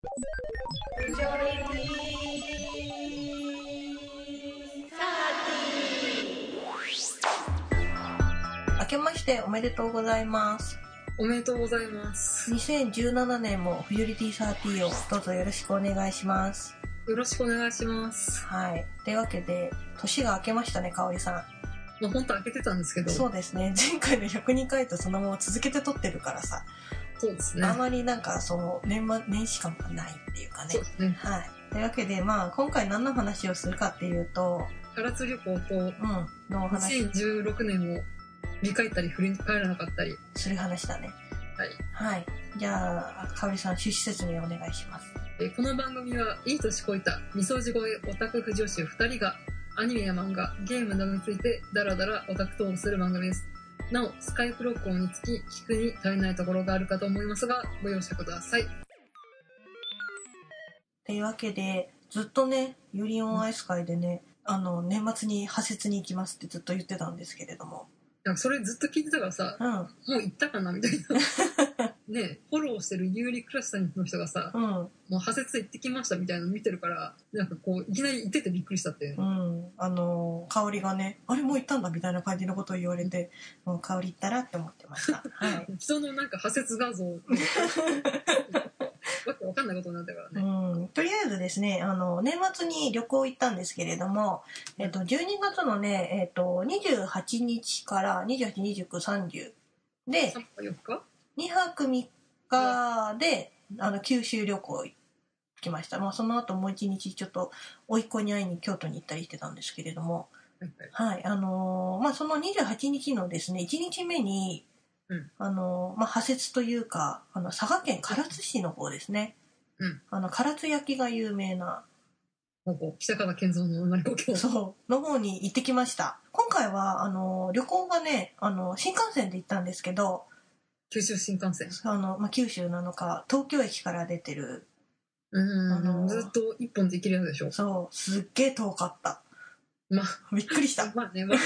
明けましておめでとうございます。 おめでとうございます。 2017年もフジョリティ30をどうぞよろしくお願いします。 よろしくお願いします。 はい。というわけで、年が明けましたね、かおりさん。 まあ本当開けてたんですけど。 そうですね。前回の102回とそのまま続けて撮ってるからさ。 そうですね。 あまりなんかその年始感がないっていうかね。 そうですね。 はい。というわけで、まあ今回何の話をするかっていうと、 唐津旅行と、 のお話。 2016年を振り返ったり振り返らなかったりする話だね。 はい。 はい。じゃあ、かおりさん、趣旨説明お願いします。 この番組はいい年こいたみそじ声オタク婦女子2人がアニメや漫画、ゲームなどについてダラダラオタクトークする番組です。なお、スカイプ録音につき聞くに足りないところがあるかと思いますが、ご容赦ください。 というわけで、ずっとね、ユリオンアイス会でね、年末に派切に行きますってずっと言ってたんですけれども。 なんかそれずっと聞いてたからさ、もう行ったかなみたいな。ね、フォローしてるユーリクラスターの人がさ、もう派切行ってきましたみたいなの見てるから、なんかこう、いきなり行っててびっくりしたって。 香りがね、あれもう行ったんだみたいな感じのことを言われて、もう香り行ったらって思ってました。はい。 人のなんか派切画像、わけわかんないことになったからね。 とりあえずですね、年末に旅行行ったんですけれども、12月のね、28日から28、29、30で、 3泊4日 2泊3日で、九州旅行行きました。まあ、その後もう1日ちょっと、甥っ子に会いに京都に行ったりしてたんですけれども、はい。まあ、その28日のですね、1日目に、まあ、派切というか、佐賀県唐津市の方ですね。唐津焼きが有名な。 北川健三の生まれ故郷。 そう、の方に行ってきました。今回は、旅行がね、新幹線で行ったんですけど、 九州新幹線。 まあ、九州なのか、東京駅から出てる。 ずっと一本で行けるやつでしょ。 そう、すっげえ遠かった。 まあ、 びっくりした。 まあね、まあ。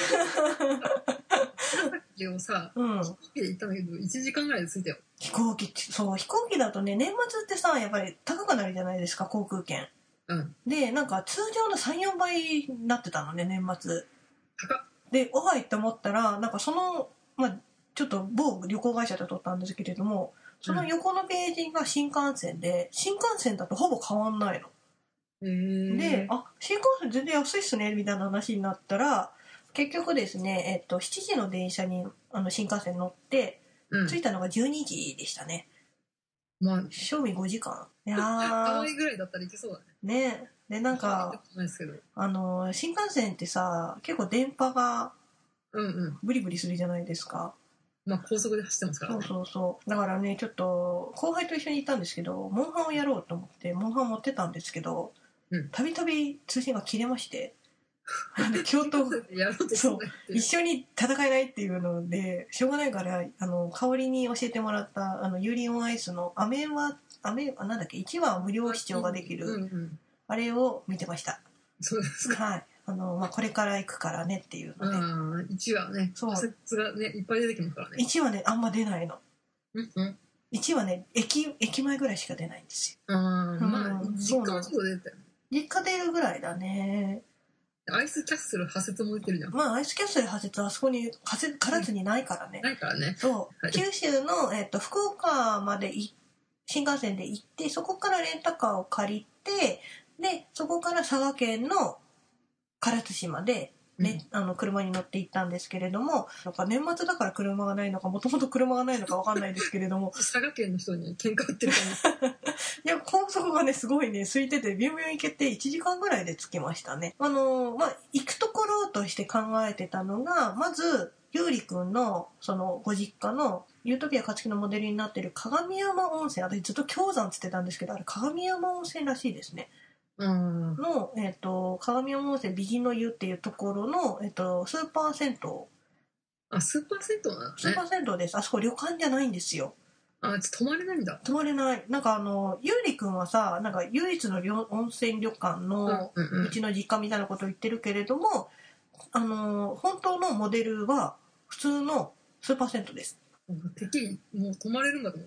をさ、飛行機で行ったんだけど、1時間ぐらいで着いたよ。 飛行機だとね、年末ってさ、やっぱり高くなるじゃないですか、航空券。で、なんか通常の3、4倍になってたのね、年末。 高っ。 で、おはいって思ったら、なんかまあ、ちょっと某旅行会社で撮ったんですけれども、その横のページが新幹線で、新幹線だとほぼ変わんないの。で、新幹線全然安いっすね、みたいな話になったら、結局ですね、7時の電車に新幹線乗って、着いたのが12時でしたね。 まあ、 正味5時間。いやー。 ハワイぐらいだったらいけそうだね。 ね。で、なんか、新幹線ってさ、結構電波が、ブリブリするじゃないですか。 まあ、高速で走ってますからね。 そう。だからね、ちょっと、後輩と一緒に行ったんですけど、モンハンをやろうと思って、モンハン持ってたんですけど、たびたび通信が切れまして、京都、そう、一緒に戦えないっていうので、しょうがないから、香りに教えてもらった、ユーリオンアイスの、なんだっけ、1話無料視聴ができる、あれを見てました。 そうですか。 はい。まあ、これから行くからねっていうので。 1話ね、仮説がね、いっぱい出てきますからね。 1話ね、あんま出ないの。1話ね、駅前ぐらいしか出ないんですよ。 まあ、実家はちょっと出てたよね。 実家出るぐらいだね。 アイスキャッスル派説も出てるじゃん。 まあ、アイスキャッスル派説はあそこに唐津にないからね。 ないからね。 そう。九州の、福岡まで新幹線で行って、そこからレンタカーを借りて、で、そこから佐賀県の唐津市まで、車に乗って行ったんですけれども、なんか年末だから車がないのか、もともと車がないのかわかんないですけれども。 佐賀県の人に喧嘩売ってるかも。いや、高速がね、すごいね、空いてて、ビュンビュン行けて1時間ぐらいで着きましたね。まあ、行くところとして考えてたのが、まず、ゆうりくんの、ご実家の、ユートピア勝木のモデルになってる鏡山温泉、私ずっと氷山つってたんですけど、あれ鏡山温泉らしいですね。の、鏡山温泉美人の湯っていうところの、スーパー銭湯。 スーパー銭湯なのね。 スーパー銭湯です。あそこ旅館じゃないんですよ。 泊まれないんだ。 泊まれない。なんかゆうりくんはさ、なんか唯一の温泉旅館のうちの実家みたいなことを言ってるけれども、本当のモデルは普通のスーパー銭湯です。 てっきりもう泊まれるんだと思ってた。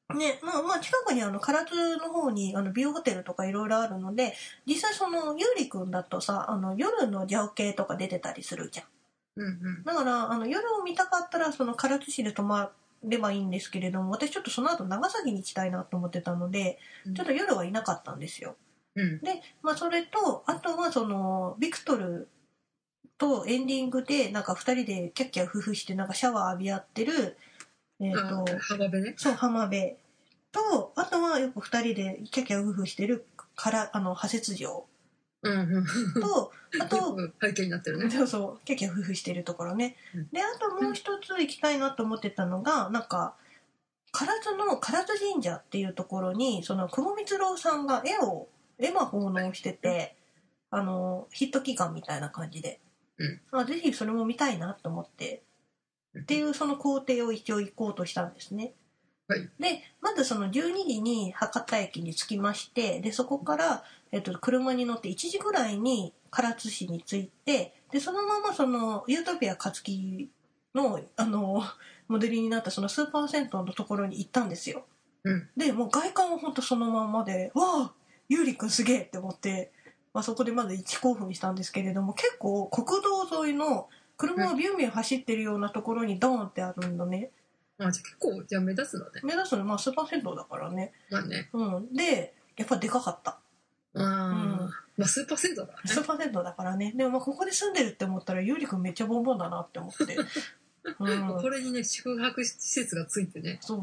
ね、まあ近くに唐津の方にビューホテルとかいろいろあるので、実際そのゆうりくんだとさ夜の情景とか出てたりするじゃん。 うんうん。 だから夜を見たかったらその唐津市で泊まればいいんですけれども、私ちょっとその後長崎に行きたいなと思ってたので、ちょっと夜はいなかったんですよ。 うんで、まあそれとあとはそのビクトルとエンディングでなんか2人でキャッキャ夫婦してなんかシャワー浴び合ってる浜辺ね。 そう浜辺と、あとはよく2人でキャッキャ夫婦してるから派切城うんうんとあと背景になってるね。 そうそうキャッキャ夫婦してるところね、 うんであともう一つ行きたいなと思ってたのがなんか唐津の唐津神社っていうところにその久保光郎さんが絵馬奉納しててヒット祈願みたいな感じで、ぜひそれも見たいなと思ってっていうその工程を一応行こうとしたんですね。 はい、 でまずその12時に博多駅に着きまして、でそこから、車に乗って1時ぐらいに唐津市に着いて、でそのままそのユートピア勝木のモデルになったそのスーパー銭湯のところに行ったんですよ。でもう外観は本当そのままで、わあゆうりくんすげえって思って、そこでまず一興奮したんですけれども、結構国道沿いの車がビュンビュン走ってるようなところにドーンってあるんだね。 じゃあ結構じゃあ目立つのね。 目立つのスーパー銭湯だからね。 まあね。 でやっぱでかかった。 まあスーパー銭湯だからね。 スーパー銭湯だからね。でもここで住んでるって思ったらゆうりくんめっちゃボンボンだなって思って。 これにね宿泊施設がついてね。 そう。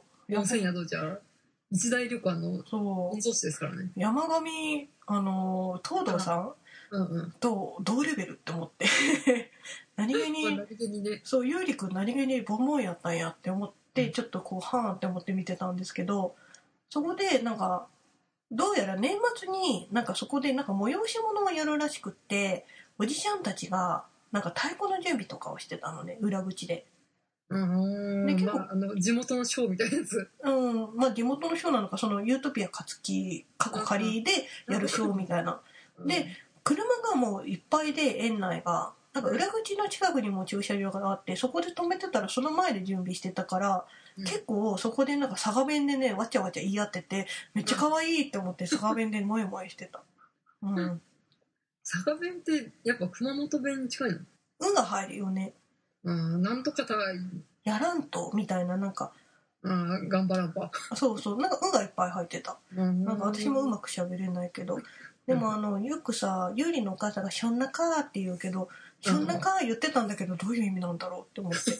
温泉宿じゃ一大旅館の御曹司ですからね。 山上東堂さんと同レベルって思って何気に、 ね、 そうゆうりくん何気にボンボンやったんやって思って、ちょっとこうはーんって思って見てたんですけど、そこでなんかどうやら年末になんかそこでなんか催し物をやるらしくって、おじちゃんたちがなんか太鼓の準備とかをしてたのね、裏口で。 で結構、地元のショーみたいなやつ。 地元のショーなのか、そのユートピア勝木過去仮でやるショーみたいな。で車がもういっぱいで、園内がなんか裏口の近くにも駐車場があって、そこで止めてたらその前で準備してたから、結構そこでなんか佐賀弁でねわちゃわちゃ言い合ってて、めっちゃ可愛いって思って佐賀弁で萌え萌えしてた。 佐賀弁ってやっぱ熊本弁に近いの？ 運が入るよね。 なんとかたやらんとみたいな、なんか頑張らんば。 そうなんか運がいっぱい入ってた。なんか私もうまく喋れないけど、でもよくさゆうりのお母さんがしょんなかーって言うけど、しょんなかー言ってたんだけどどういう意味なんだろうって思って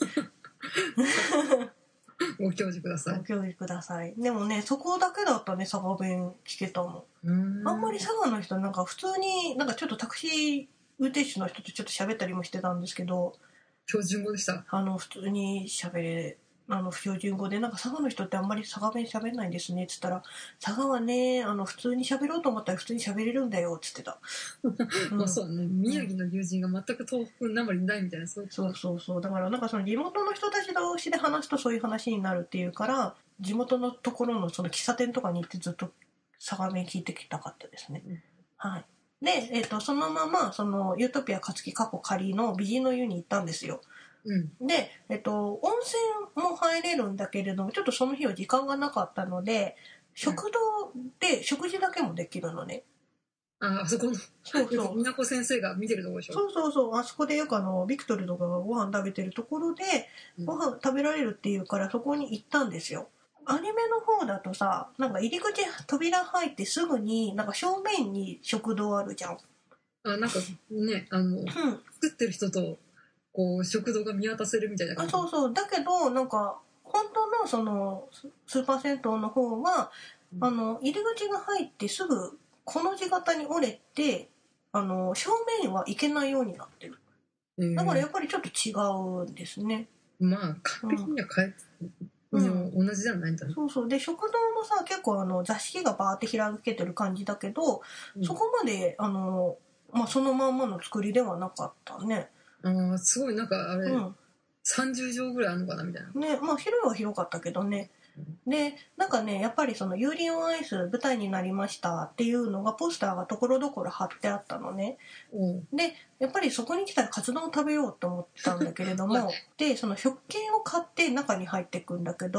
ご教授ください。 ご教授ください。でもねそこだけだったね、佐賀弁聞けたの。あんまり佐賀の人なんか普通になんかちょっとタクシー運転手の人とちょっと喋ったりもしてたんですけど、 標準語でした。 普通に喋れ標準語で、なんか佐賀の人ってあんまり佐賀弁喋んないんですねっつったら、佐賀はね普通に喋ろうと思ったら普通に喋れるんだよっつってた。 そうね、宮城の友人が全く東北なまりないみたいな、そうだからなんかその地元の人たち同士で話すとそういう話になるっていうから、地元のところのその喫茶店とかに行ってずっと佐賀弁聞いてきたかったですね。はいで、そのままそのユートピア勝木過去仮の美人の湯に行ったんですよ。で、温泉も入れるんだけれども、ちょっとその日は時間がなかったので、食堂で食事だけもできるのね。 あそこのそう美奈子先生が見てるところでしょ。 そうあそこでよくビクトルとかがご飯食べてるところでご飯食べられるっていうからそこに行ったんですよ。アニメの方だとさ、なんか入り口扉入ってすぐになんか正面に食堂あるじゃん。 なんかね作ってる人とこう食堂が見渡せるみたいな感じ。 そうだけどなんか本当のそのスーパー銭湯の方は入り口が入ってすぐこの字型に折れて正面は行けないようになってる。だからやっぱりちょっと違うんですね。 まあ完璧には変え同じじゃないんだね。 そうで食堂もさ結構座敷がバーって開けてる感じだけど、そこまでそのまんまの作りではなかったね。 すごいなんかあれ、30畳ぐらいあるのかなみたいな。 ね、広いは広かったけどね。でなんかねやっぱりそのユーリオンアイス舞台になりましたっていうのがポスターがところどころ貼ってあったのね。でやっぱりそこに来たらカツ丼を食べようと思ったんだけれどもでその食券を買って中に入ってくんだけど、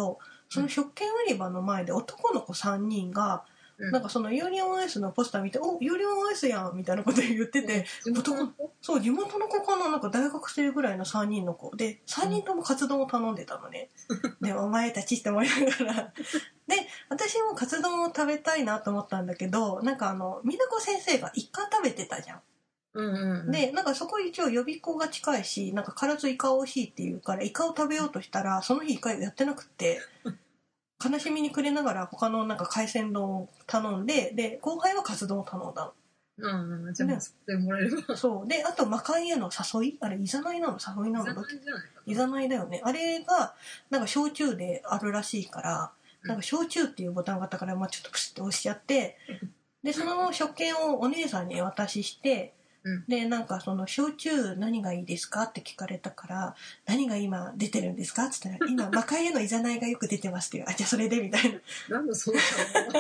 その食券売り場の前で男の子3人が、なんかそのユーリオンアイスのポスター見て、お、ユーリオンアイスやんみたいなこと言ってて、 地元の子？ そう、地元の子かな、なんか大学生ぐらいの3人の子で、3人ともカツ丼を頼んでたのね。で、お前たちって思いながら。で、私もカツ丼を食べたいなと思ったんだけど、なんか美奈子先生がイカ食べてたじゃん。で、なんかそこ一応予備校が近いし、なんか唐津イカ美味しいって言うから、イカを食べようとしたら、その日イカやってなくって、悲しみに暮れながら他のなんか海鮮丼を頼んで、で、後輩はカツ丼を頼んだの。 じゃあそれもらえれば。 そう。で、あと、魔界への誘いあれ、いざないなの誘いなのいざないだよね。あれが、なんか焼酎であるらしいから、なんか焼酎っていうボタンがあったから、まあちょっとプシッと押しちゃって、で、その食券をお姉さんに渡しして、で、なんかその焼酎何がいいですかって聞かれたから、何が今出てるんですかって言ったら、今魔界へのいざないがよく出てますっていう、あ、じゃあそれでみたいな。 なんでそんな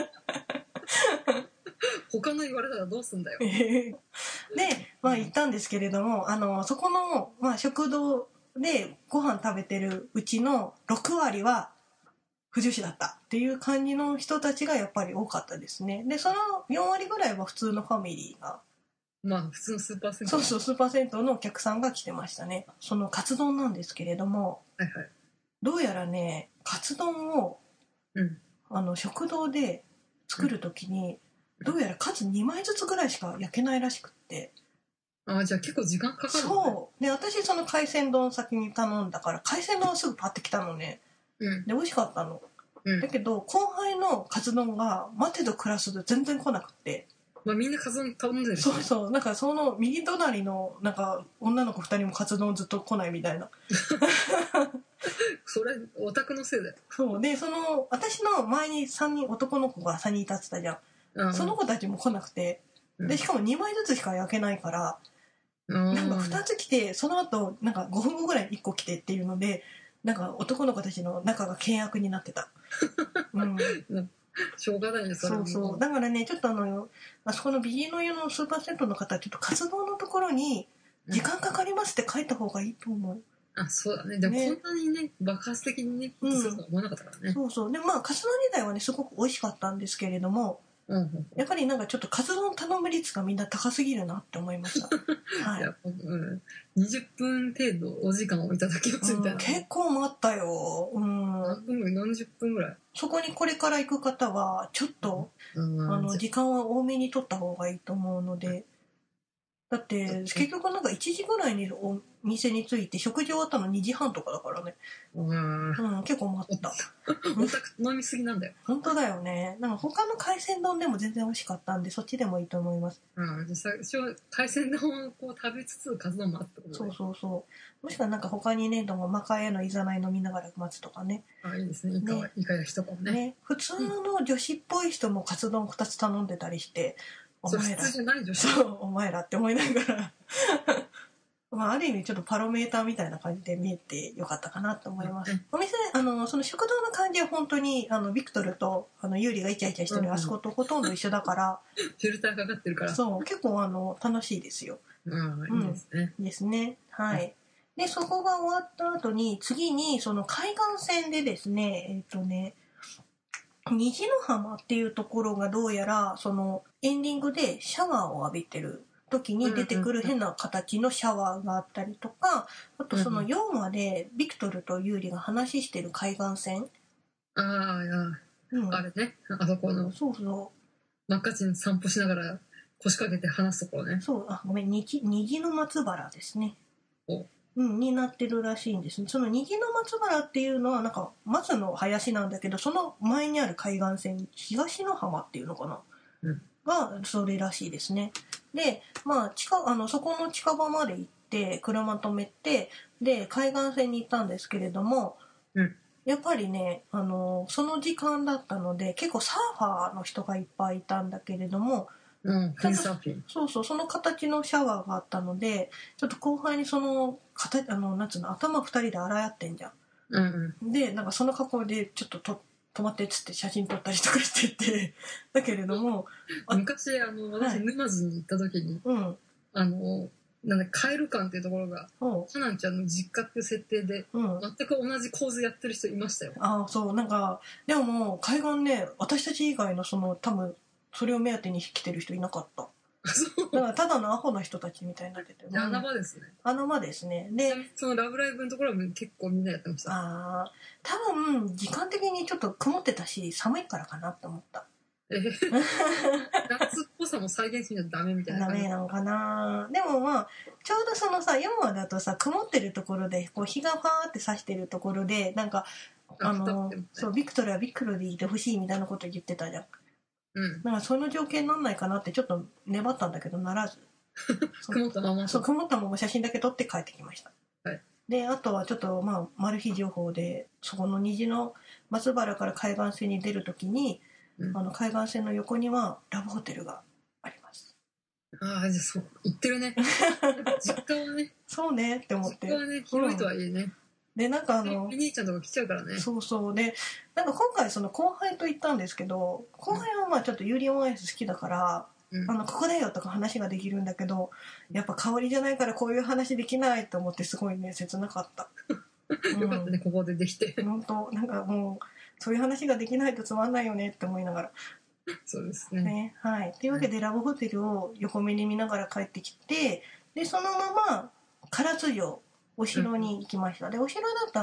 他の言われたらどうすんだよ。 で、まあ行ったんですけれども、そこの、まあ、食堂でご飯食べてるうちの6割は不女子だったっていう感じの人たちがやっぱり多かったですね。で、その4割ぐらいは普通のファミリーが。 まあ普通のスーパー銭湯。 そうそう、スーパー銭湯のお客さんが来てましたね。そのカツ丼なんですけれども、 はいはい。 どうやらね、カツ丼を、食堂で作るときに、どうやらカツ2枚ずつぐらいしか焼けないらしくって。 あ、じゃあ結構時間かかる、ね。 そう。で、私その海鮮丼先に頼んだから、海鮮丼はすぐパッて来たのね。で、美味しかったの。だけど、後輩のカツ丼が待てど暮らすと全然来なくって。 まあみんなカツ丼頼んでるし、 ね。そうそう。なんかその右隣の、なんか女の子2人もカツ丼ずっと来ないみたいな。 それ、オタクのせいだよ。 そう。で、私の前に3人、男の子が3人立ってたじゃん。その子たちも来なくて。で、しかも2枚ずつしか焼けないから、なんか2つ来て、その後、なんか5分後ぐらいに1個来てっていうので、なんか男の子たちの仲が険悪になってた。 しょうがないね、それ。 そうそう。だからね、ちょっとあそこの美人の湯のスーパー銭湯の方はちょっと活動のところに、時間かかりますって書いた方がいいと思う。 あ、そうだね。でもこんなにね、爆発的にね、するとは思わなかったからね。 そうそう。で、まあ、カツ丼自体はね、すごく美味しかったんですけれども、やっぱりなんかちょっとカツ丼頼む率がみんな高すぎるなって思いました。はい。 20分程度お時間をいただきますみたいな。 結構待ったよ。 何分ぐらい ?40 分ぐらい。 そこにこれから行く方は、ちょっと、時間は多めに取った方がいいと思うので、だって、結局なんか1時ぐらいにお店に着いて、食事終わったの2時半とかだからね。結構待った。 オタク飲みすぎなんだよ。 本当だよね。なんか他の海鮮丼でも全然美味しかったんで、そっちでもいいと思います。 最初は海鮮丼をこう食べつつ、カツ丼もあったことで。 そうそうそう。もしくはなんか他にね、魔界へのいざない飲みながら待つとかね。 いいですね。イカや一缶ね。 普通の女子っぽい人もカツ丼2つ頼んでたりして、 お前ら。普通じゃない女子。 そう、お前らって思いながら。まあ、ある意味ちょっとパロメーターみたいな感じで見えてよかったかなと思います。お店、その食堂の感じは本当に、ビクトルと、ユーリがイチャイチャしてるあそことほとんど一緒だから、 フィルターかかってるから。 そう、結構楽しいですよ。 いいですね。 いいですね。はい。で、そこが終わった後に、次に、その海岸線でですね、虹の浜っていうところがどうやら、その、エンディングでシャワーを浴びてる時に出てくる変な形のシャワーがあったりとか、あとその4話でビクトルとユーリが話してる海岸線。 あれね、あそこの。 そうそう。 真っ赤ちに散歩しながら腰掛けて話すところね。 そう、ごめん、虹の松原ですね。になってるらしいんですね。その虹の松原っていうのはなんか松の林なんだけど、その前にある海岸線、東の浜っていうのかな、がそれらしいですね。で、まあそこの近場まで行って車止めて、で海岸線に行ったんですけれども、やっぱりね、その時間だったので結構サーファーの人がいっぱいいたんだけれども、 フィンサーフィン。 そうそう、その形のシャワーがあったので、ちょっと後輩にそのなんつうの、頭2人で洗い合ってんじゃん。で、なんかその格好でちょっと止まってっつって写真撮ったりとかしてて、だけれども、 昔私沼津に行った時に、 なんでカエル館っていうところがおうカナンちゃんの実家っていう設定でうん。 全く同じ構図やってる人いましたよ。 ああ、そう、なんか、でももう、海岸ね、私たち以外の多分、それを目当てに来てる人いなかった。 そうだからただのアホな人たちみたいになってて。 じゃあ穴場ですね。 穴場ですね。で、 そのラブライブのところは結構みんなやってました。 ああ、多分、時間的にちょっと曇ってたし、寒いからかなって思った。 夏っぽさも再現しないとダメみたいなダ感じ。 メなのかな。でもまあ、ちょうどそのさ、4話だとさ、曇ってるところで、こう日がファーって差してるところで、なんか、そう、ビクトルはビクトルでいてほしいみたいなこと言ってたじゃん。 うん。 なんかその条件なんないかなってちょっと粘ったんだけど、ならず。 曇ったまま。 そう、曇ったまま写真だけ撮って帰ってきました。 はい。 で、あとはちょっとまあ、マル秘情報で、そこの虹の松原から海岸線に出るときに、海岸線の横にはラブホテルがあります。 ああ、じゃあそう、言ってるね。実家はね。 そうねって思って。 実家はね、広いとはいえね。 で、なんかお兄ちゃんとか来ちゃうからね。 そうそう。で、なんか今回その後輩と行ったんですけど、後輩はまあちょっとユーリオンアイス好きだから、ここだよとか話ができるんだけど、やっぱ香りじゃないからこういう話できないと思ってすごいね、切なかった。 よかったね、ここでできて。 本当なんかもう、そういう話ができないとつまんないよねって思いながら。 そうですね。 はい。というわけで、ラブホテルを横目に見ながら帰ってきて、で、そのまま、唐津城、お城に行きました。で、お城だと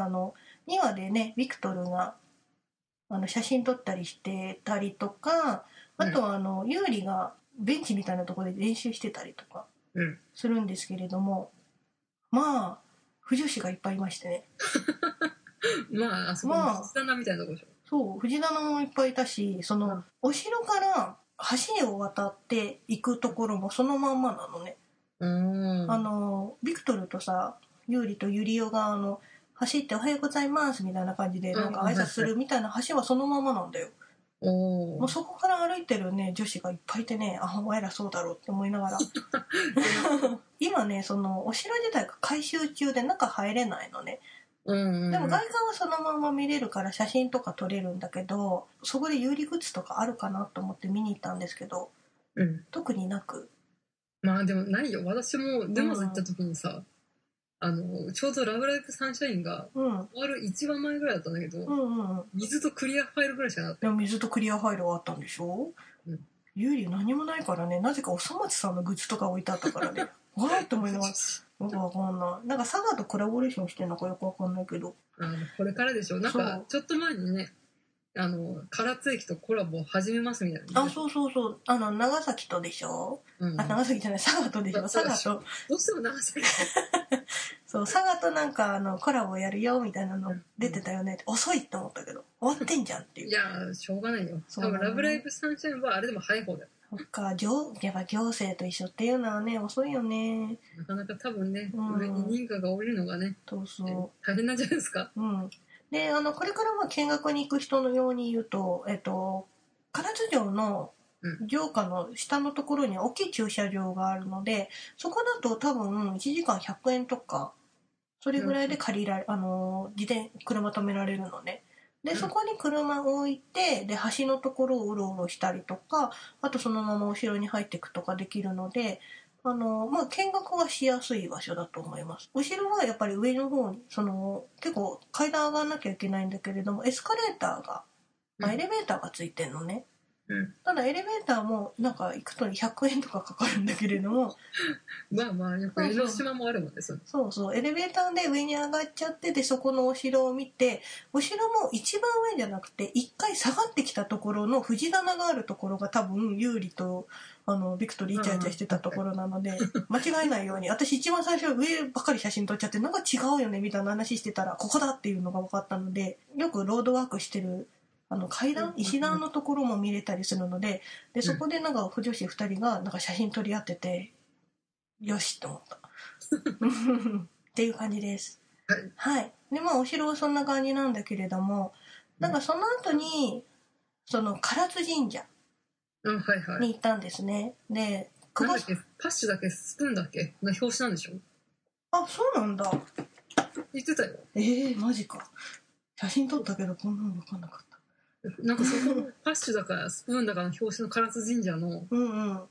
2話でね、ビクトルが、写真撮ったりしてたりとか、あとはユーリがベンチみたいなところで練習してたりとかするんですけれども、まあ、不女子がいっぱいいましてね。 まあ、あそこの藤棚みたいなとこでしょ。 そう、藤棚もいっぱいいたし、お城から橋を渡って行くところもそのまんまなのね。ビクトルとさ、ユーリとユリオが走っておはようございますみたいな感じでなんか挨拶するみたいな橋はそのままなんだよ。もうそこから歩いてるね女子がいっぱいいてね、あ、お前らそうだろうって思いながら今ね、そのお城自体が改修中で中入れないのね。でも外観はそのまま見れるから写真とか撮れるんだけど、そこで有利グッズとかあるかなと思って見に行ったんですけど、特になく。 まあでもないよ。私もデモズ行った時にさ、ちょうどラブライブサンシャインが終わる一番前ぐらいだったんだけど、水とクリアファイルぐらいしかなかった。 でも水とクリアファイルはあったんでしょ。有利何もないからね、なぜかおそ松さんのグッズとか置いてあったからね、わーって思いながら。よくわかんない。なんか佐賀とコラボレーションしてんのかよくわかんないけど。 これからでしょ。なんかちょっと前にね、唐津駅とコラボを始めますみたいな。 あ、そうそうそう。長崎とでしょ。長崎じゃない、佐賀とでしょ。佐賀と。 どうしても長崎そう、佐賀となんかコラボやるよみたいなの出てたよね。遅いって思ったけど、終わってんじゃんっていう。 いやー、しょうがないよ。多分ラブライブサンシャインはあれでも早い方だよ。 そっか、やっぱ行政と一緒っていうのはね、遅いよね。 なかなか多分ね、上に認可が下りるのがね、 そうそう。 大変なんじゃないですか。 で、これから見学に行く人のように言うと、唐津城の城下の下のところに大きい駐車場があるので、そこだと多分1時間100円とか、それぐらいで借りられ、車止められるのね。で、そこに車を置いて、で、橋のところをうろうろしたりとか、あとそのままお城に入っていくとかできるので、見学はしやすい場所だと思います。お城はやっぱり上の方に、結構階段上がんなきゃいけないんだけれども、エスカレーターが、エレベーターがついてるのね。ただエレベーターもなんか行くと100円とかかかるんだけれども、 まあまあよく江ノ島もあるもんね。そうそう、エレベーターで上に上がっちゃって、でそこのお城を見て、お城も一番上じゃなくて一回下がってきたところの藤棚があるところが多分有利とビクトリーイチャイチャしてたところなので、間違えないように、私一番最初上ばっかり写真撮っちゃって、なんか違うよねみたいな話してたらここだっていうのが分かったので、よくロードワークしてる階段、石段のところも見れたりするので、でそこでなんか女子2人がなんか写真撮り合ってて、よしと思ったっていう感じです。はい。でお城はそんな感じなんだけれども、なんかその後に唐津神社に行ったんですね。で、 なんだっけ、パッシュだっけ、スプーンだっけの表紙なんでしょ。 あ、そうなんだ。 言ってたよ。 マジか。写真撮ったけどこんなの分かんなかった。 なんかそこのパッシュだからスプーンだからの表紙の唐津神社の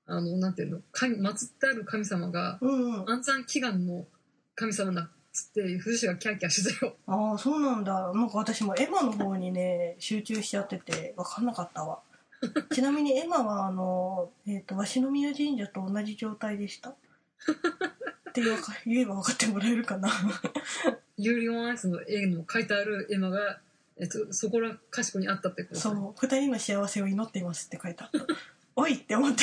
なんていうの、祀ってある神様が、 うんうん。 安産祈願の神様だっつって、富士市がキャーキャーしてたよ。 ああ、そうなんだ。なんか私もエマの方にね、集中しちゃってて、わかんなかったわ。ちなみにエマは、鷲宮神社と同じ状態でした。って言えば分かってもらえるかな。 ユーリオンアイスの絵の書いてある絵馬が、そこらかしこにあったってことですね。 そう、二人の幸せを祈っていますって書いてあった。おいって思って、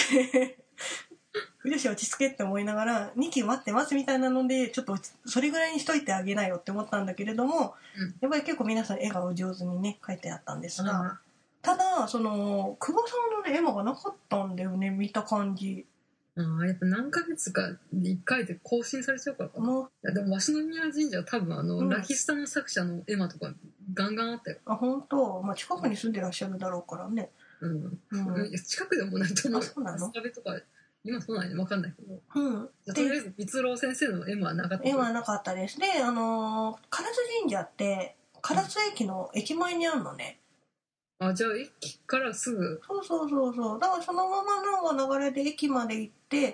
よし落ち着けって思いながら、2期待ってますみたいなので、ちょっとそれぐらいにしといてあげなよって思ったんだけれども、やっぱり結構皆さん絵がお上手にね、描いてあったんですが、ただ、久保さんのね、絵馬がなかったんだよね、見た感じ。 やっぱ何ヶ月かに1回で更新されちゃうからかな。いやでも鷲宮神社は多分ラヒスタの作者の絵馬とかガンガンあったよ。 あ、本当。まあ近くに住んでらっしゃるだろうからね。 近くでもないと思う。 あ、そうなの？ 壁とか今そうなんや分かんないけど。 とりあえず蜜蝋先生の絵馬はなかった。 絵はなかったです。で、唐津神社って唐津駅の駅前にあるのね。 じゃあ駅からすぐ。 そう。だからそのままの流れで駅まで行って、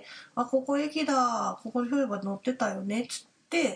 あ、ここ駅だ、ここにそういえば乗ってたよねっつって、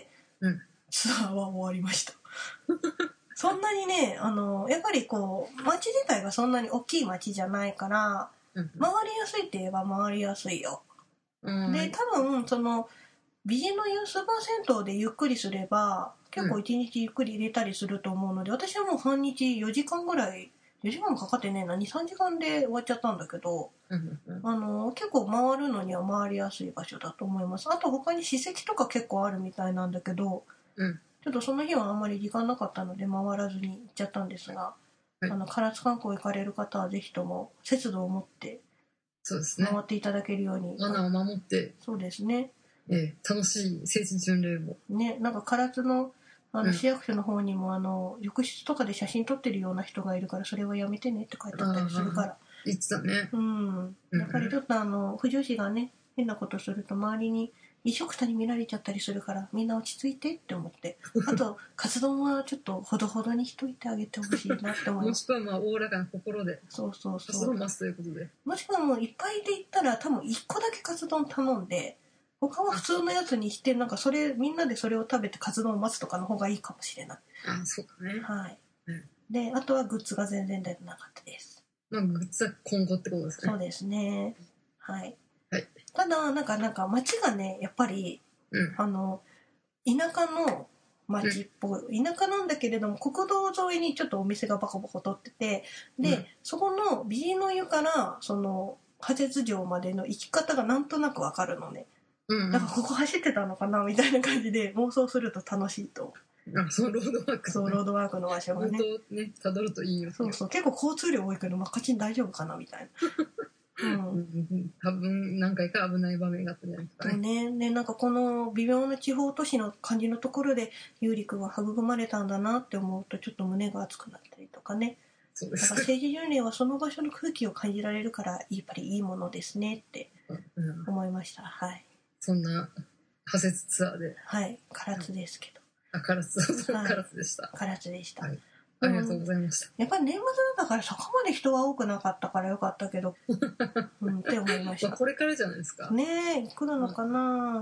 ツアーは終わりました。そんなにね、やっぱりこう街自体がそんなに大きい街じゃないから、回りやすいって言えば回りやすいよ。で、多分美人のユースバー銭湯でゆっくりすれば結構一日ゆっくり入れたりすると思うので、私はもう半日4時間ぐらい、4時間もかかってねえな、2、3時間で終わっちゃったんだけど、結構回るのには回りやすい場所だと思います。あと他に史跡とか結構あるみたいなんだけど、ちょっとその日はあんまり時間なかったので回らずに行っちゃったんですが、唐津観光行かれる方はぜひとも節度を持って回っていただけるように。 マナーを守って。 そうですね。 楽しい聖地巡礼も。 ね、なんか唐津の市役所の方にも浴室とかで写真撮ってるような人がいるからそれはやめてねって書いてあったりするから。 言ってたね。 やっぱりちょっと不女子がね変なことすると周りに一緒くたに見られちゃったりするからみんな落ち着いてって思って、あとカツ丼はちょっとほどほどにしといてあげてほしいなって思います。 もしくはまあおおらかな心でカツ丼待つということで、 もしくはもういっぱいで行ったら多分1個だけカツ丼頼んで他は普通のやつにして、なんかそれみんなでそれを食べてカツ丼を待つとかの方がいいかもしれない。 そうだね。 はい。で、あとはグッズが全然出てなかったです。 まあグッズは今後ってことですね。 そうですね。はい。ただなんか街がねやっぱり、田舎の街っぽい、田舎なんだけれども国道沿いにちょっとお店がバコバコ取ってて、で、そこの美人の湯から花月城までの行き方がなんとなくわかるのね。だからここ走ってたのかなみたいな感じで妄想すると楽しいと。 そのロードワーク、 そうロードワークの場所がね。 たどるといいよ。 そう結構交通量多いけどマッカチン大丈夫かなみたいな。 多分何回か危ない場面があったんじゃないですかね。 でなんかこの微妙な地方都市の感じのところで優里くんは育まれたんだなって思うとちょっと胸が熱くなったりとかね。 そうです。 だから政治巡礼はその場所の空気を感じられるからやっぱりいいものですねって思いました。はい。 そんな派切ツアーで。 はい、唐津ですけど。 唐津でした。 唐津でした。 ありがとうございました。 やっぱり年末だったからそこまで人は多くなかったからよかったけど、って思いました。 これからじゃないですか。 ねえ、来るのかな。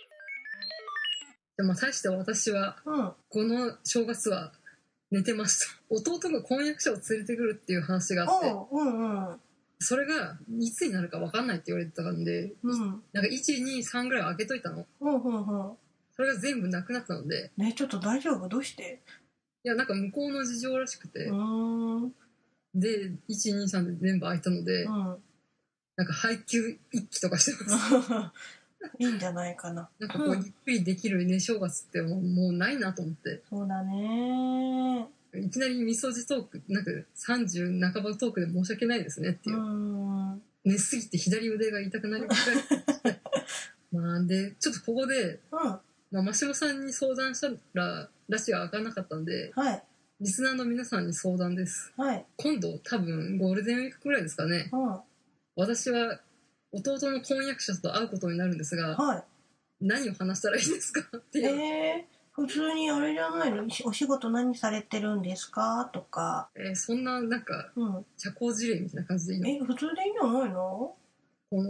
でも大して私は、この正月は寝てました。弟が婚約者を連れてくるっていう話があって、それがいつになるか分かんないって言われてたんで、なんか1、2、3ぐらい開けといたの。それが全部なくなったので。 ね、ちょっと大丈夫？どうして？ いや、なんか向こうの事情らしくて。で、1、2、3で全部開いたので、なんか配給一気とかしてます。 いいんじゃないかな。 なんかこう、ゆっくりできるね、正月ってもうないなと思って。 そうだね。 いきなりみそじトーク、なんか30半ばトークで申し訳ないですねっていう。寝すぎて左腕が痛くなりまくらい。まあ、で、ちょっとここで、マシモさんに相談したら、らしが開かなかったんで、リスナーの皆さんに相談です。今度、多分、ゴールデンウィークくらいですかね。私は、弟の婚約者と会うことになるんですが、何を話したらいいですかっていう。 普通にあれじゃないの？お仕事何されてるんですかとか。 そんな、なんか、社交辞令みたいな感じでいいの？ 普通でいいんじゃないの？ この、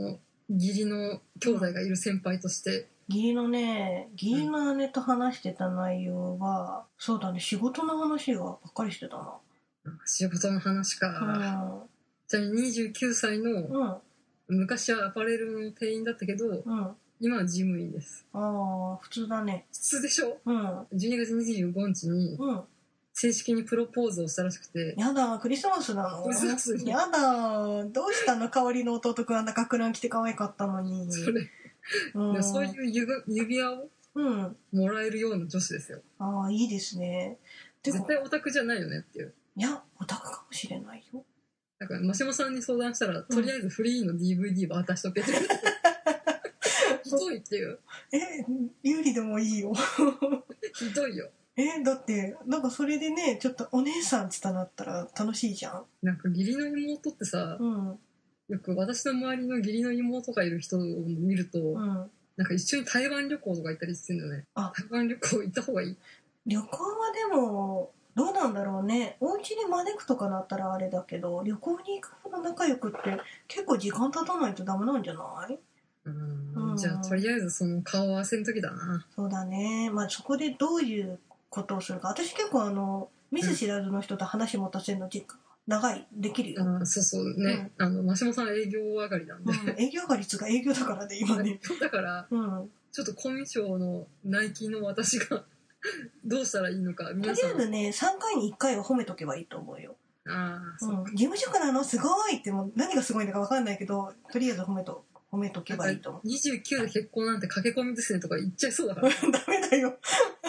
義理の兄弟がいる先輩として、 義理の姉と話してた内容は、そうだね、仕事の話ばっかりしてたな。 仕事の話か。ちなみに29歳の、昔はアパレルの店員だったけど、今は事務員です。 ああ、普通だね。 普通でしょ。12月25日に、正式にプロポーズをしたらしくて。 やだ、クリスマスなの？ クリスマスに。 やだ、どうしたの？香りの弟くんあんな学ラン着て可愛かったのに。 それ。そういう指輪をもらえるような女子ですよ。 ああ、いいですね。 絶対オタクじゃないよねっていう。 いや、オタクかもしれないよ。 だから、マシモさんに相談したら、とりあえずフリーの DVD 渡しとけって。ひどいっていう。 有利でもいいよ。 ひどいよ。 だって、なんかそれでね、ちょっとお姉さんってなったら楽しいじゃん。 なんか義理の妹ってさ、よく私の周りの義理の妹がいる人を見ると、なんか一緒に台湾旅行とか行ったりしてるんだよね。台湾旅行行った方がいい？ 旅行はでも、どうなんだろうね。お家に招くとかなったらあれだけど、旅行に行くほど仲良くって結構時間経たないとダメなんじゃない？ じゃあとりあえずその顔合わせの時だな。そうだね。 まあそこでどういうことをするか。私結構見ず知らずの人と話持たせるの長い、できるよ。 そうそうね。マシモさん営業上がりなんで。 営業上がりつうか営業だからね、今ね。 だから、ちょっとコミュ障のナイキの私がどうしたらいいのか。 とりあえずね、3回に1回は褒めとけばいいと思うよ。事務職なのすごいって、もう何がすごいのか分かんないけど、とりあえず褒めとけばいいと思う。 29で結婚なんて駆け込みですねとか言っちゃいそうだから。 ダメだよ。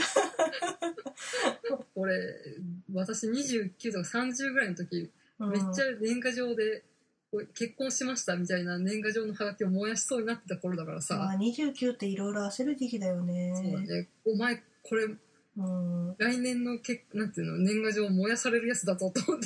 俺、私29とか30ぐらいの時、めっちゃ年賀状で結婚しましたみたいな年賀状のハガキを燃やしそうになってた頃だからさ。 29っていろいろ焦る時期だよね。 そうだね。お前、これ、来年のなんていうの、年賀状燃やされるやつだぞと思って。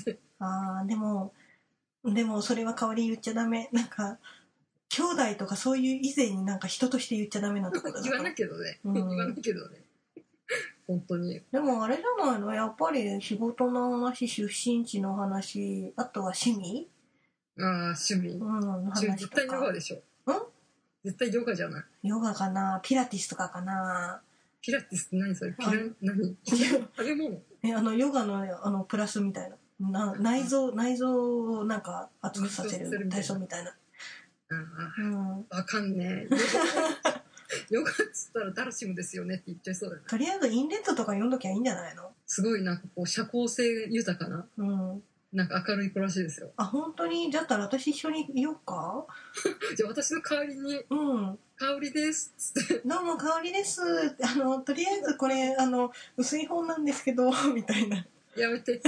でもそれは代わりに言っちゃダメ。なんか、兄弟とかそういう以前になんか人として言っちゃダメなところだから。 言わないけどね。言わないけどね。本当に。 でもあれじゃないの？やっぱり仕事の話、出身地の話、あとは趣味？ 趣味。絶対ヨガでしょ。絶対ヨガじゃない。 ヨガかな？ピラティスとかかな？ ピラティスって何それ？何？食べ物？ ヨガのプラスみたいな。内臓をなんか熱くさせる体操みたいな。 わかんねえ。ヨガっつったらダルシムですよねって言っちゃいそうだよね。 とりあえずインレットとか読んどきゃいいんじゃないの？ すごいなんかこう社交性豊かな、なんか明るい子らしいですよ。 本当に？だったら私一緒にいようか？ じゃあ私の代わりに、香りですっつって。 どうも香りです。とりあえずこれ薄い方なんですけどみたいな。 やめて。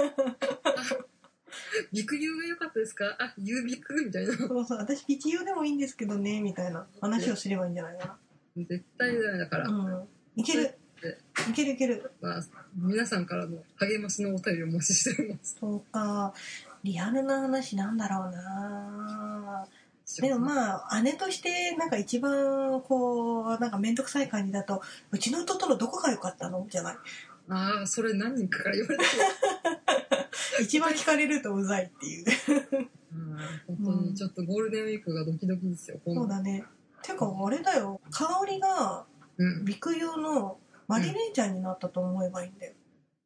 ビクユーが良かったですか？ユービクみたいな。 そうそう、私ビキユーでもいいんですけどねみたいな話をすればいいんじゃないかな。 絶対ダメだから。 いける。いける。 皆さんからの励ましのお便りをお待ちしております。 そうか。リアルな話なんだろうな。でも姉としてなんか一番なんか面倒くさい感じだと、うちの弟のどこが良かったのじゃない？ それ何人かから言われてる。 一番聞かれるとうざいっていう。 本当にちょっとゴールデンウィークがドキドキですよ。 そうだね。てかあれだよ、香りがビクユーのマリ姉ちゃんになったと思えばいいんだよ。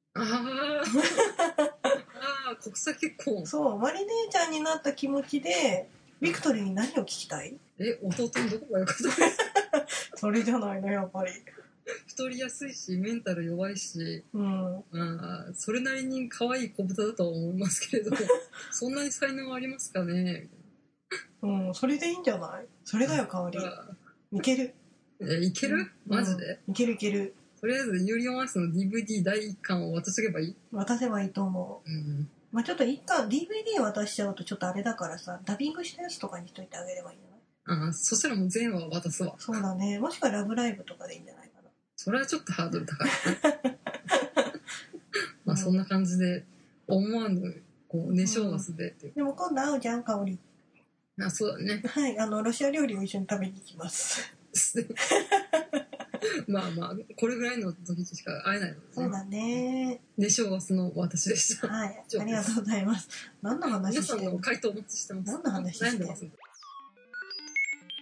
国際結婚。 そう、マリ姉ちゃんになった気持ちでビクトリーに何を聞きたい？ 弟のどこが良かったですか？ それじゃないの、やっぱり。 太りやすいしメンタル弱いし、それなりに可愛い子豚だとは思いますけれどそんなに才能ありますかね？ それでいいんじゃない？それだよ、香り。いける。 いける？マジで？ いける。 とりあえずユーリオンアイスの DVD 第1巻を渡しとけばいい？ 渡せばいいと思う。ちょっと1巻 DVD 渡しちゃうとちょっとあれだからさ、ダビングしたやつとかにしといてあげればいいんじゃない？ そしたらもう全話渡すわ。 そうだね。もしくはラブライブとかでいいんじゃないかな。 それはちょっとハードル高いな。そんな感じで思わぬ寝正月でっていう。 でも今度会うじゃん、香り。 そうだね。 はい、ロシア料理を一緒に食べに行きます。 これぐらいの時しか会えないので、 そうだね。 寝正月の私でした。 はい、ありがとうございます。何の話してる？ 皆さんの回答お待ちしてます。 何の話してる？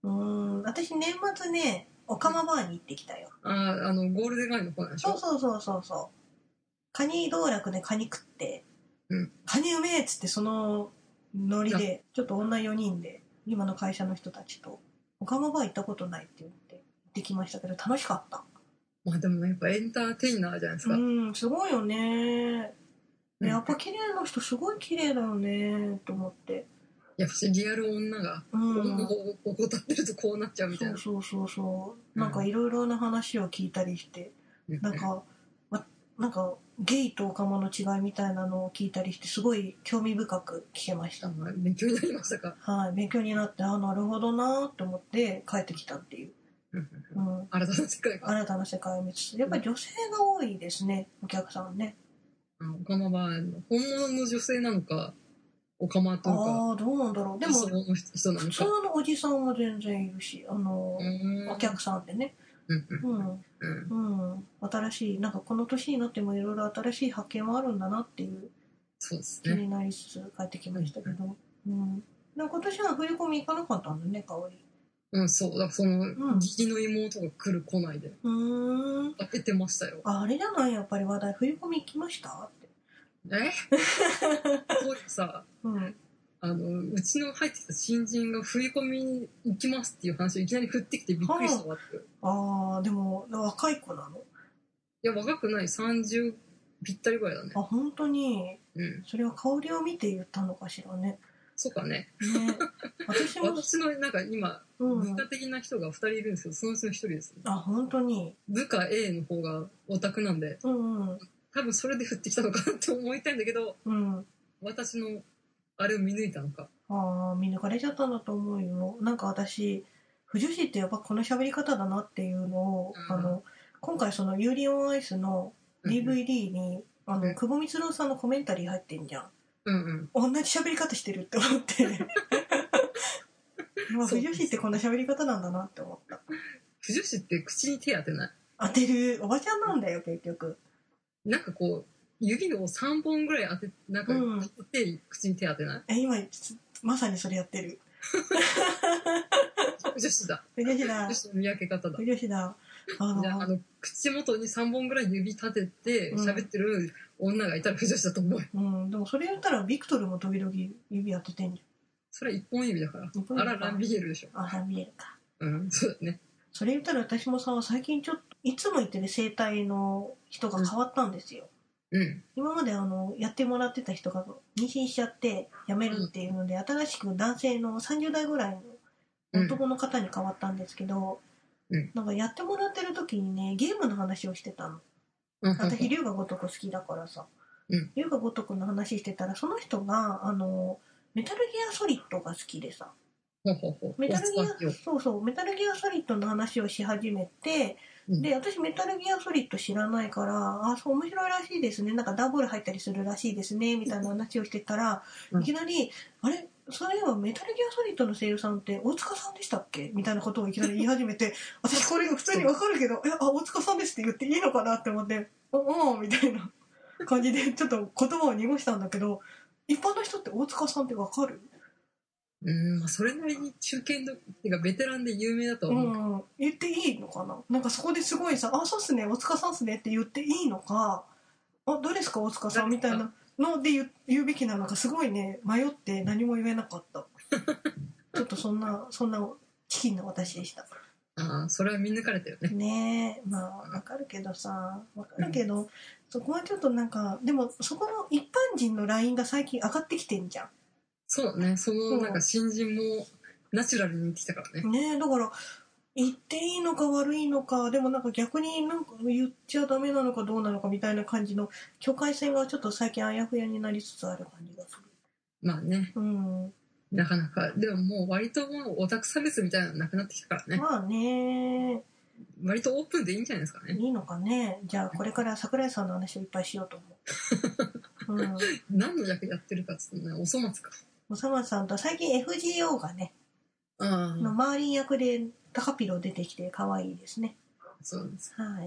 私年末ね、オカマバーに行ってきたよ。 ゴールデン街の方なんでしょ。 そう。カニ道楽でカニ食って、カニうめえっつってそのノリで、ちょっと女4人で、今の会社の人たちと、オカマバー行ったことないって言って行ってきましたけど、楽しかった。 まあでもやっぱエンターテイナーじゃないですか。 すごいよね。やっぱ綺麗な人すごい綺麗だよねと思って。 やっぱリアル女が女を怠ってるとこうなっちゃうみたいな。 そうなんかいろいろな話を聞いたりして、なんかゲイとオカマの違いみたいなのを聞いたりしてすごい興味深く聞けました。 勉強になりましたか。 はい、勉強になって、なるほどなと思って帰ってきたっていう。 新たな世界が。 新たな世界を見つつ、やっぱり女性が多いですね、お客さんね。 オカマは本物の女性なのか、オカマというか、 どうなんだろう。でもその人なのか。 普通のおじさんも全然いるし、お客さんでね。新しい、なんかこの年になってもいろいろ新しい発見はあるんだなっていう気になりつつ帰ってきましたけど。今年は冬コミ行かなかったんだね、香り。 そう、だからその、義理の妹が来る来ないで。開けてましたよ。 あれじゃない、やっぱり話題、冬コミ行きましたって。 そうさ、うちの入ってきた新人が冬コミに行きますっていう話をいきなり振ってきてびっくりしたわって。 でも若い子なの？ いや、若くない、30ぴったりぐらいだね。 本当に。それは香りを見て言ったのかしらね。 そうかね。 私のなんか今、部下的な人が2人いるんですけど、そのうちの1人ですね。 本当に。 部下 A の方がオタクなんで、多分それで振ってきたのかなって思いたいんだけど、私のあれを見抜いたのか。 見抜かれちゃったんだと思うよ。なんか私、腐女子ってやっぱこの喋り方だなっていうのを、今回そのユーリオンアイスの DVD に、久保光郎さんのコメンタリー入ってんじゃん。同じ喋り方してるって思って。腐女子ってこんな喋り方なんだなって思った。 腐女子って口に手当てない？ 当てる。おばちゃんなんだよ、結局。 なんかこう、指を3本ぐらい当て、なんか、口に手当てない？ 今、まさにそれやってる。 腐女子だ。 腐女子だ。 腐女子の見分け方だ。 腐女子だ。 口元に3本ぐらい指立てて喋ってる女がいたら腐女子だと思う。 でもそれ言ったらビクトルも時々指当ててんじゃん。 それは1本指だから。ランビエルでしょ。 ランビエルか。 そうだね。 それ言ったら私もさ、最近ちょっといつも言ってる整体の人が変わったんですよ。今までやってもらってた人が妊娠しちゃって辞めるっていうので、新しく男性の30代ぐらいの男の方に変わったんですけど、なんかやってもらってる時にね、ゲームの話をしてたの。私龍が如く好きだからさ、龍が如くの話してたら、その人がメタルギアソリッドが好きでさ、メタルギアソリッドの話をし始めて、で、私メタルギアソリッド知らないから、そう面白いらしいですね、なんかダブル入ったりするらしいですねみたいな話をしてたら、いきなりあれ、そういえばメタルギアソリッドの声優さんって大塚さんでしたっけみたいなことをいきなり言い始めて、私これ普通にわかるけど、大塚さんですって言っていいのかなって思って、みたいな感じでちょっと言葉を濁したんだけど、一般の人って大塚さんってわかる？ それなりに中堅のっていうかベテランで有名だと思う。 言っていいのかな。なんかそこですごいさ、そうっすね、大塚さんっすねって言っていいのか、どうですか大塚さんみたいなので言うべきなのか、すごいね迷って何も言えなかった。ちょっとそんなチキンな私でした。 それは見抜かれたよね。 ねえ、わかるけどさ、そこはちょっとなんか、でもそこの一般人のラインが最近上がってきてんじゃん。 そうね、なんか新人もナチュラルに言ってきたからね。 ねえ、だから言っていいのか悪いのか、でもなんか逆になんか言っちゃダメなのかどうなのかみたいな感じの境界線がちょっと最近あやふやになりつつある感じがする。 まあね。なかなか、でももう割ともうオタク差別みたいなのなくなってきたからね。 まあね。 割とオープンでいいんじゃないですかね。 いいのかね。じゃあこれから桜井さんの話をいっぱいしようと思う。 何の役やってるかっつってね、おそ松か。 おそ松さんと最近 FGO がね、のマーリン役でタカピロ出てきて可愛いですね。 そうです。 はい。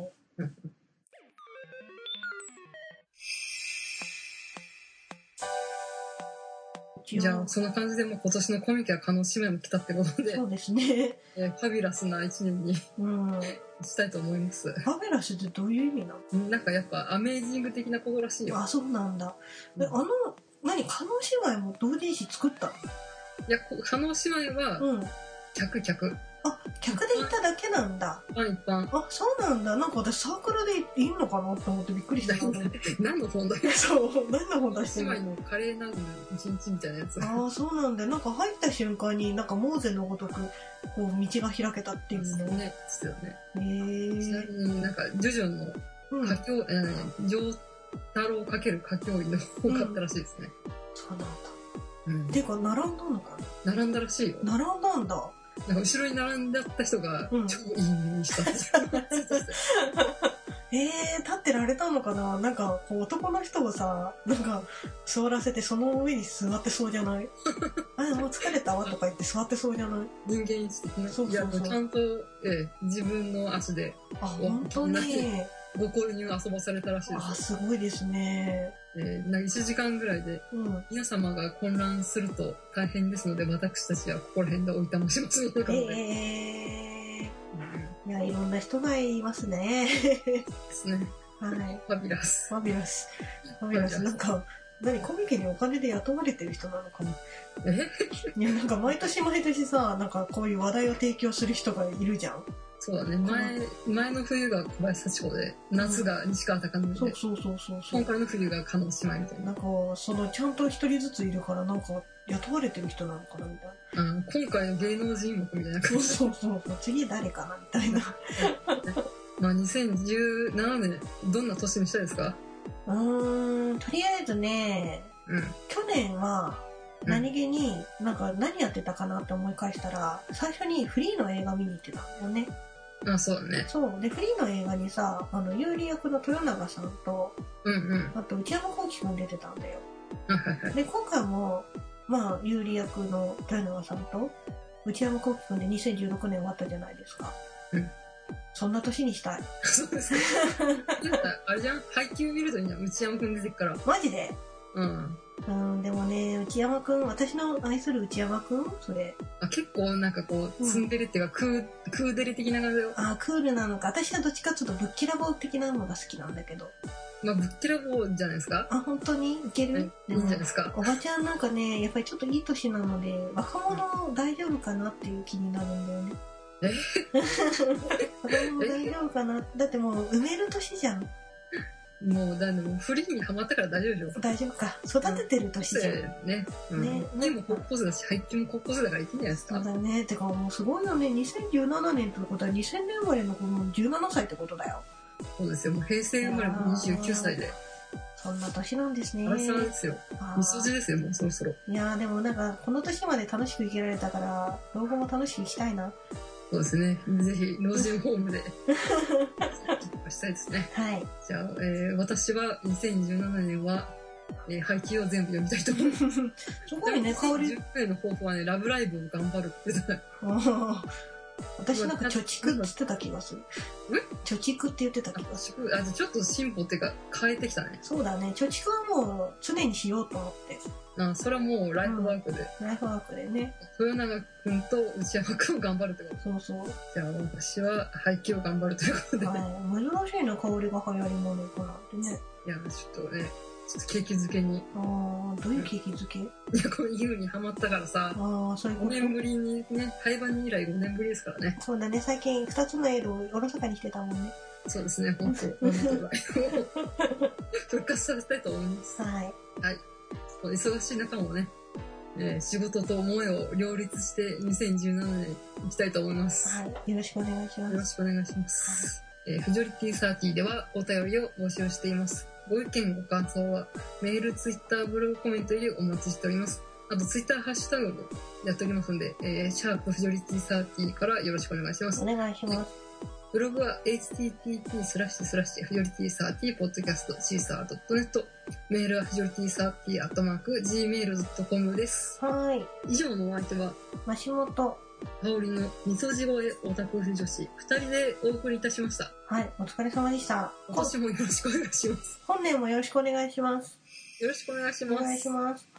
一応。 じゃあそんな感じでもう今年のコミケは叶姉妹も来たってことで、 そうですね。 ファビュラスな一年にうん。 したいと思います。 ファベラスってどういう意味なの？ なんかやっぱアメージング的なことらしいよ。 あ、そうなんだ。 うん何、叶姉妹も同人誌作ったいや、叶姉妹はの？うん。 客。 あ、客でいただけなんだ。 一般。 あ、そうなんだ。なんか私サークルでいいのかなって思ってびっくりした。 何の本だよ。 そう、何の本出してるの？ 姉妹の華麗なる一日みたいなやつ。 ああ、そうなんだ。なんか入った瞬間になんかモーゼのごとく、こう道が開けたっていうね。 ね、ですよね。 へえ。 ちなみになんか、ジョジョのうん。 歌教、ジョー太郎×歌教員の本を買ったらしいですね。 そうなんだ。 うん。 てか、並んだのか並んだらしいよ。 な？並んだんだ。 なんか後ろに並んだった人がうん超いい目にしたって立ってられたのかな？なんか、こう男の人をさ、なんか、座らせてその上に座ってそうじゃない？あ、もう疲れたわとか言って座ってそうじゃない？ 人間一的な。 そうそうそういや、ちゃんと、自分の足であ、本当に。 ご購入遊ばされたらしいであ、 す。 すごいですね。 なんか1時間ぐらいで、 うん。 皆様が混乱すると大変ですので、私たちはここら辺でおいたもしますみたいな感じで。 いや、いろんな人がいますね。 ですね。 はい。 ファビュラス。 ファビュラス。ファビュラス。なんか、コミケにお金で雇われてる人なのかな？いや、なんか毎年さ、なんかこういう話題を提供する人がいるじゃん。 そうだね。前の冬が小林幸子で、夏が西川貴教で、 そう。 今回の冬が叶姉妹みたいな。 なんか、ちゃんと一人ずついるから、なんか、雇われてる人なのかなみたいな。 今回の芸能人目みたいな感じ。 そう。次誰かなみたいな。 まあ、2017年、どんな年にしたいですか？ とりあえずね、 うん。 去年は、何気に、なんか何やってたかなって思い返したら、最初にフリーの映画見に行ってたんだよね。 あ、そうだね。 そう。で、フリーの映画にさ、有利役の豊永さんと、あと内山聖輝くん出てたんだよ。で、今回も、まあ、有利役の豊永さんと、内山聖輝くんで2016年終わったじゃないですか。そんな年にしたい。 そうですね。あれじゃん、配給見るといいな、内山くん出てくから。 マジで？でもね、内山くん、私の愛する内山くんそれ。 結構なんかこう、ツンデレっていうか、クーデレ的な感じだよ。 クールなのか。私はどっちかっていうとぶっきらぼう的なのが好きなんだけど。 まあ、ぶっきらぼうじゃないですか？ 本当にいける？ いいんじゃないですか。 おばちゃんなんかね、やっぱりちょっといい年なので、若者大丈夫かなっていう気になるんだよね。若者大丈夫かな？だってもう埋める年じゃん。 もう、フリーにハマったから大丈夫でしょ。 大丈夫か。育ててる年じゃん。 ね。でも高校生だし、配給も高校生だからいけんじゃないですか。 そうだね。てかもうすごいよね。2017年ってことは2000年生まれの子も17歳ってことだよ。 そうですよ。もう平成生まれも29歳で。 そんな年なんですね。 あらさですよ。みそじですよ、もうそろそろ。 いやーでもなんか、この年まで楽しく生きられたから、老後も楽しく生きたいな。 そうですね。ぜひ、老人ホームで、したいですね。 はい。 じゃあ、私は2017年は、配給を全部読みたいと思います。 すごいね、香り。 10回の抱負はね、ラブライブを頑張るって言ってた。 私なんか貯蓄って言ってた気がする。貯蓄って言ってた気がする。 ちょっと進歩っていうか変えてきたね。 そうだね。貯蓄はもう常にしようと思って。 それはもうライフワークで。 ライフワークでね。 豊永くんと内山くんを頑張るってこと。 そう。 じゃあ私は配給を頑張るということで。 珍しいな、香りが流行りものかなってね。 いや、ちょっとね、景気づけに。 どういう景気づけ？いや、こういうにハマったからさ。 そういうこと。 5年ぶりにね、廃盤以来5年ぶりですからね。 そうだね、最近2つのエールをおろそかにしてたもんね。 そうですね、本当復活させたいと思います。 はい。 忙しい中もね、仕事と思いを両立して2017年行きたいと思います。 はい。よろしくお願いします。 よろしくお願いします。フジョリティサーティではお便りを募集しています。ご意見ご感想はメール、ツイッター、ブログコメントよりお待ちしております。あとツイッターハッシュタグもやっておりますので、シャープフジョリティサーティからよろしくお願いします。 お願いします。 ブログは http://fujority30podcast.caesar.net メールはfujority30@gmail.com です。 はい。 以上のお相手はマシモト香りのみそじ声オタク婦女子2人でお送りいたしました。 はい、お疲れ様でした。 今年もよろしくお願いします。 本年もよろしくお願いします。 よろしくお願いします。 お願いします。